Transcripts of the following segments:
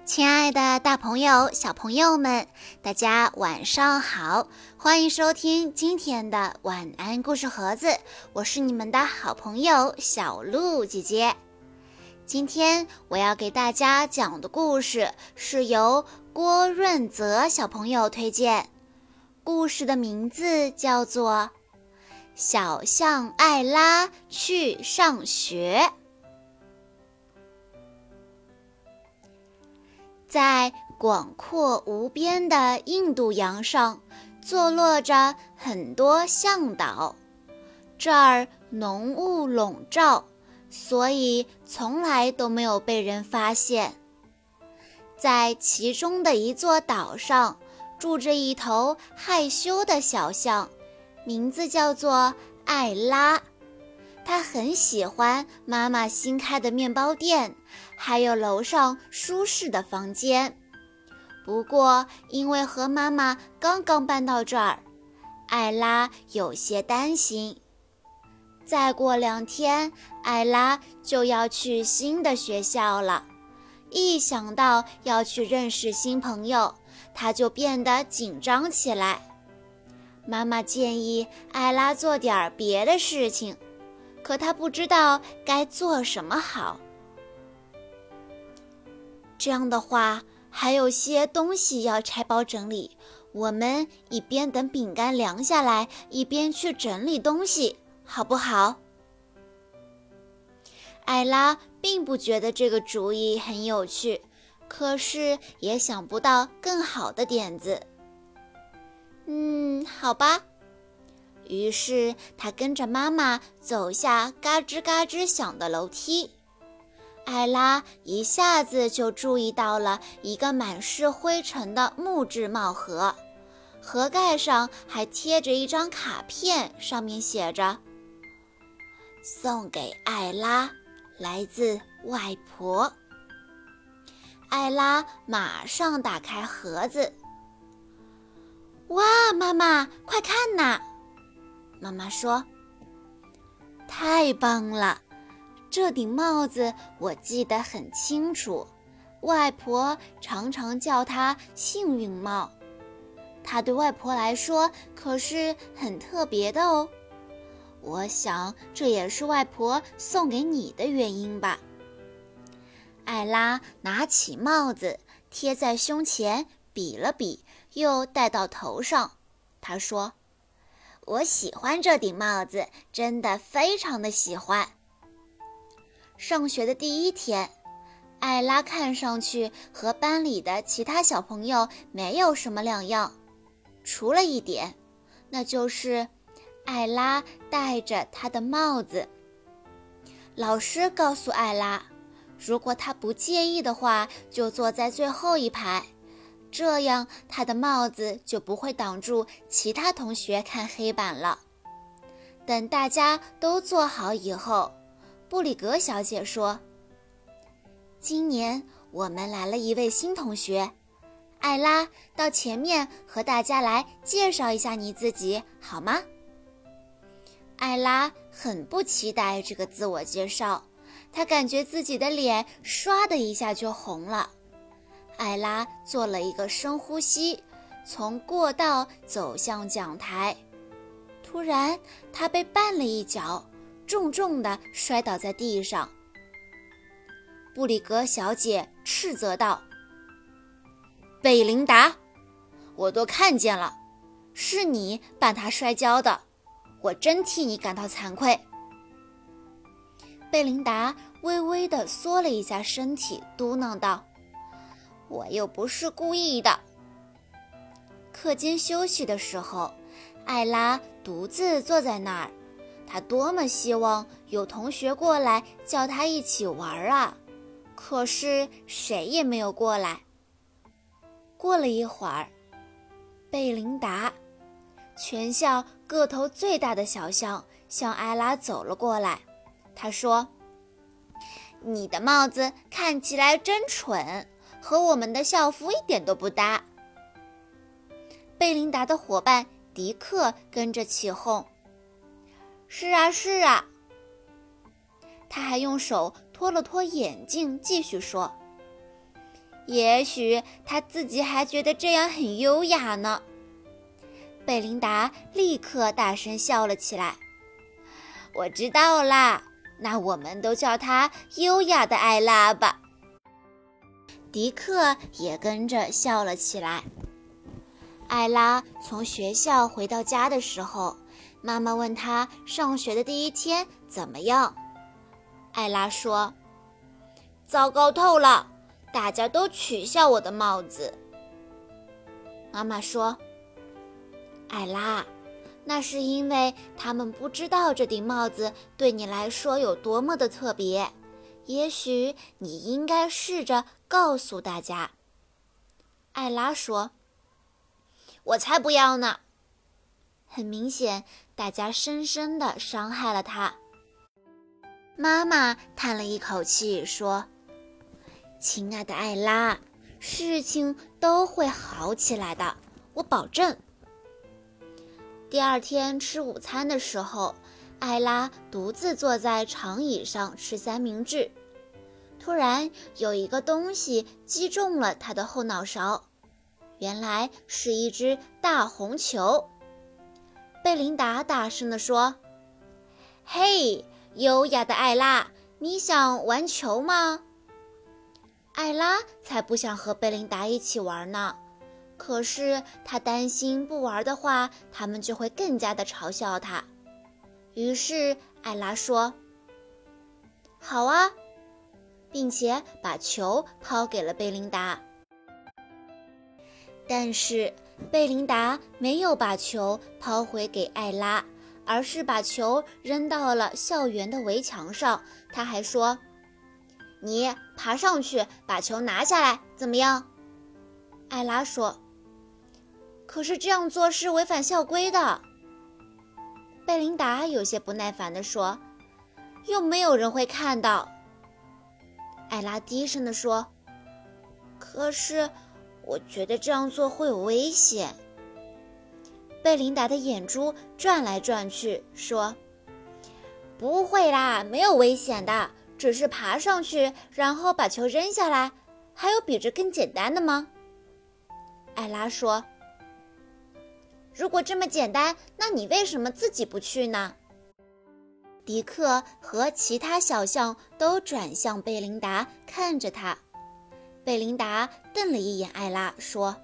亲爱的大朋友、小朋友们，大家晚上好，欢迎收听今天的晚安故事盒子，我是你们的好朋友小鹿姐姐。今天我要给大家讲的故事是由郭润泽小朋友推荐，故事的名字叫做小象艾拉去上学。在广阔无边的印度洋上，坐落着很多象岛，这儿浓雾笼罩，所以从来都没有被人发现。在其中的一座岛上，住着一头害羞的小象，名字叫做艾拉。他很喜欢妈妈新开的面包店，还有楼上舒适的房间。不过，因为和妈妈刚刚搬到这儿，艾拉有些担心。再过2天，艾拉就要去新的学校了。一想到要去认识新朋友，她就变得紧张起来。妈妈建议艾拉做点别的事情，可她不知道该做什么好。这样的话，还有些东西要拆包整理，我们一边等饼干凉下来，一边去整理东西，好不好？艾拉并不觉得这个主意很有趣，可是也想不到更好的点子。好吧。于是她跟着妈妈走下嘎吱嘎吱响的楼梯。艾拉一下子就注意到了一个满是灰尘的木质帽盒，盒盖上还贴着一张卡片，上面写着：送给艾拉，来自外婆。艾拉马上打开盒子。哇，妈妈，快看呐！妈妈说：太棒了，这顶帽子我记得很清楚，外婆常常叫它幸运帽。它对外婆来说可是很特别的哦。我想这也是外婆送给你的原因吧。艾拉拿起帽子贴在胸前，比了比，又戴到头上。她说：我喜欢这顶帽子，真的非常的喜欢。上学的第1天，艾拉看上去和班里的其他小朋友没有什么两样，除了一点，那就是艾拉戴着她的帽子。老师告诉艾拉，如果她不介意的话，就坐在最后一排，这样她的帽子就不会挡住其他同学看黑板了。等大家都坐好以后，布里格小姐说：今年我们来了一位新同学，艾拉，到前面和大家来介绍一下你自己，好吗？艾拉很不期待这个自我介绍，她感觉自己的脸唰的一下就红了。艾拉做了一个深呼吸，从过道走向讲台。突然，她被绊了一脚，重重地摔倒在地上。布里格小姐斥责道：贝琳达，我都看见了，是你把她摔跤的，我真替你感到惭愧。贝琳达微微地缩了一下身体，嘟囔道：我又不是故意的。课间休息的时候，艾拉独自坐在那儿，她多么希望有同学过来叫她一起玩啊！可是谁也没有过来。过了一会儿，贝琳达，全校个头最大的小象，向艾拉走了过来。她说：你的帽子看起来真蠢，和我们的校服一点都不搭。贝琳达的伙伴迪克跟着起哄：是啊是啊。他还用手拖了拖眼镜，继续说： 也许他自己还觉得这样很优雅呢。贝琳达立刻大声笑了起来。我知道啦，那我们都叫她优雅的艾拉吧。迪克也跟着笑了起来。艾拉从学校回到家的时候，妈妈问她上学的第一天怎么样。艾拉说：糟糕透了，大家都取笑我的帽子。妈妈说：艾拉，那是因为他们不知道这顶帽子对你来说有多么的特别，也许你应该试着告诉大家。艾拉说：我才不要呢。很明显，大家深深地伤害了她。妈妈叹了一口气说：亲爱的艾拉，事情都会好起来的，我保证。第二天吃午餐的时候，艾拉独自坐在长椅上吃三明治。突然有一个东西击中了她的后脑勺，原来是一只大红球。贝琳达大声地说：嘿，优雅的艾拉，你想玩球吗？艾拉才不想和贝琳达一起玩呢，可是她担心不玩的话，他们就会更加的嘲笑她。于是艾拉说：好啊，并且把球抛给了贝琳达。但是贝琳达没有把球抛回给艾拉，而是把球扔到了校园的围墙上。她还说：你爬上去把球拿下来，怎么样？艾拉说：可是这样做是违反校规的。贝琳达有些不耐烦地说：又没有人会看到。艾拉低声地说：可是我觉得这样做会有危险。贝琳达的眼珠转来转去，说：不会啦，没有危险的，只是爬上去，然后把球扔下来，还有比这更简单的吗？艾拉说：如果这么简单，那你为什么自己不去呢？迪克和其他小象都转向贝琳达，看着她。贝琳达瞪了一眼艾拉，说：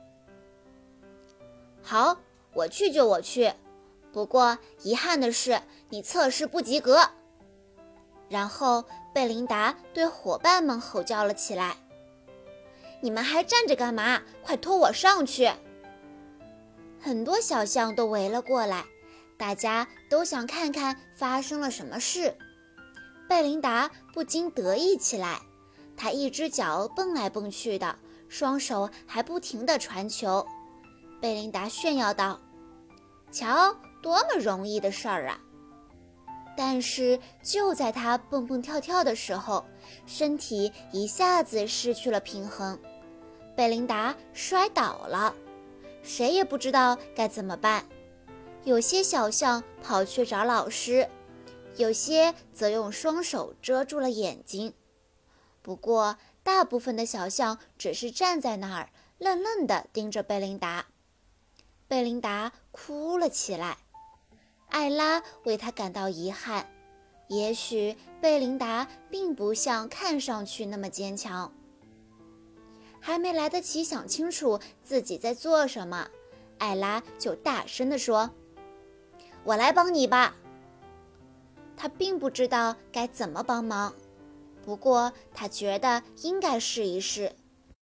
好，我去就我去，不过遗憾的是，你测试不及格。然后贝琳达对伙伴们吼叫了起来：你们还站着干嘛？快拖我上去！很多小象都围了过来，大家都想看看发生了什么事。贝琳达不禁得意起来，她一只脚蹦来蹦去的，双手还不停地传球。贝琳达炫耀道：瞧，多么容易的事儿啊！但是就在她蹦蹦跳跳的时候，身体一下子失去了平衡，贝琳达摔倒了，谁也不知道该怎么办。有些小象跑去找老师，有些则用双手遮住了眼睛。不过大部分的小象只是站在那儿，愣愣地盯着贝琳达。贝琳达哭了起来，艾拉为她感到遗憾，也许贝琳达并不像看上去那么坚强。还没来得及想清楚自己在做什么，艾拉就大声地说：我来帮你吧。她并不知道该怎么帮忙，不过她觉得应该试一试。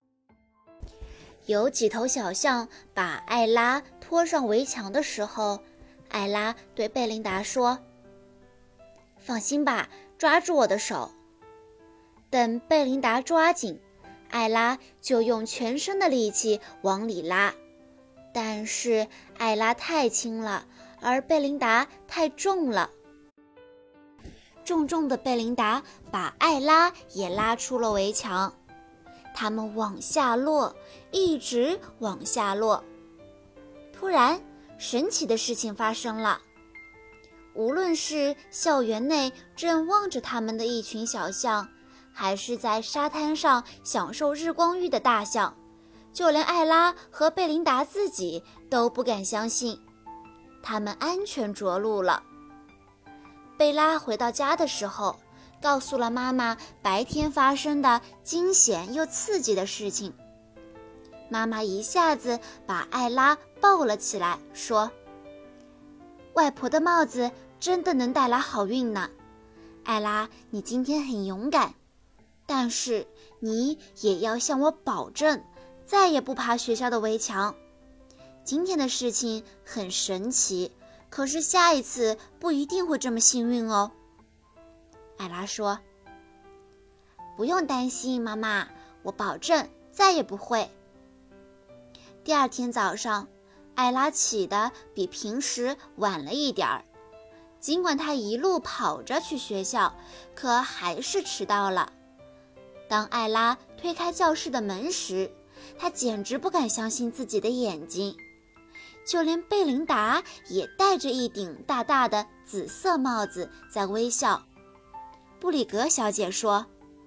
有几头小象把艾拉拖上围墙的时候，艾拉对贝琳达说：放心吧，抓住我的手。等贝琳达抓紧，艾拉就用全身的力气往里拉，但是艾拉太轻了，而贝琳达太重了。重重的贝琳达把艾拉也拉出了围墙，他们往下落，一直往下落。突然，神奇的事情发生了。无论是校园内正望着他们的一群小象， 还是在沙滩上享受日光浴的大象，就连艾拉和贝琳达自己都不敢相信，他们安全着陆了。贝拉回到家的时候，告诉了妈妈白天发生的惊险又刺激的事情。妈妈一下子把艾拉抱了起来，说：外婆的帽子真的能带来好运呢。艾拉，你今天很勇敢，但是你也要向我保证，再也不爬学校的围墙。今天的事情很神奇，可是下一次不一定会这么幸运哦。艾拉说：不用担心，妈妈，我保证再也不会。第二天早上，艾拉起得比平时晚了一点儿。尽管她一路跑着去学校，可还是迟到了。当艾拉推开教室的门时，她简直不敢相信自己的眼睛。就连贝琳达也戴着一顶大大的紫色帽子在微笑。布里格小姐说：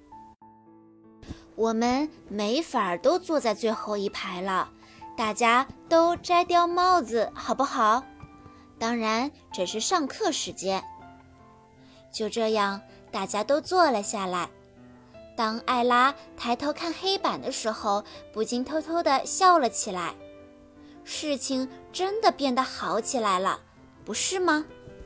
我们没法都坐在最后一排了，大家都摘掉帽子好不好？当然这是上课时间。就这样，大家都坐了下来。当艾拉抬头看黑板的时候，不禁偷偷地笑了起来。事情真的变得好起来了，不是吗？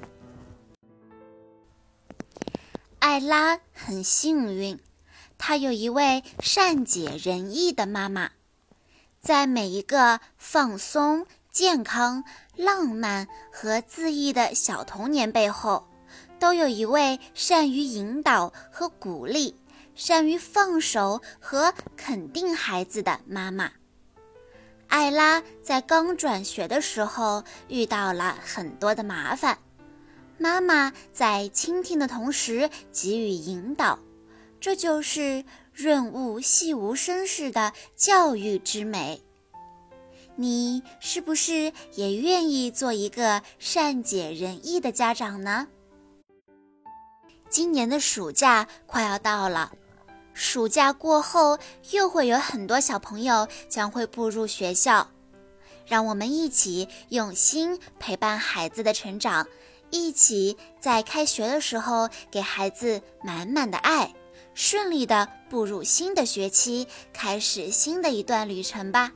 艾拉很幸运，她有一位善解人意的妈妈。在每一个放松、健康、浪漫和恣意的小童年背后，都有一位善于引导和鼓励、善于放手和肯定孩子的妈妈。艾拉在刚转学的时候遇到了很多的麻烦，妈妈在倾听的同时给予引导，这就是润物细无声式的教育之美。你是不是也愿意做一个善解人意的家长呢？今年的暑假快要到了，暑假过后又会有很多小朋友将会步入学校，让我们一起用心陪伴孩子的成长，一起在开学的时候给孩子满满的爱，顺利地步入新的学期，开始新的一段旅程吧。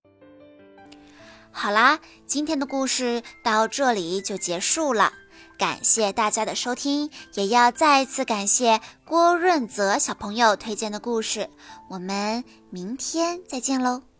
好啦，今天的故事到这里就结束了，感谢大家的收听，也要再次感谢郭润泽小朋友推荐的故事，我们明天再见喽。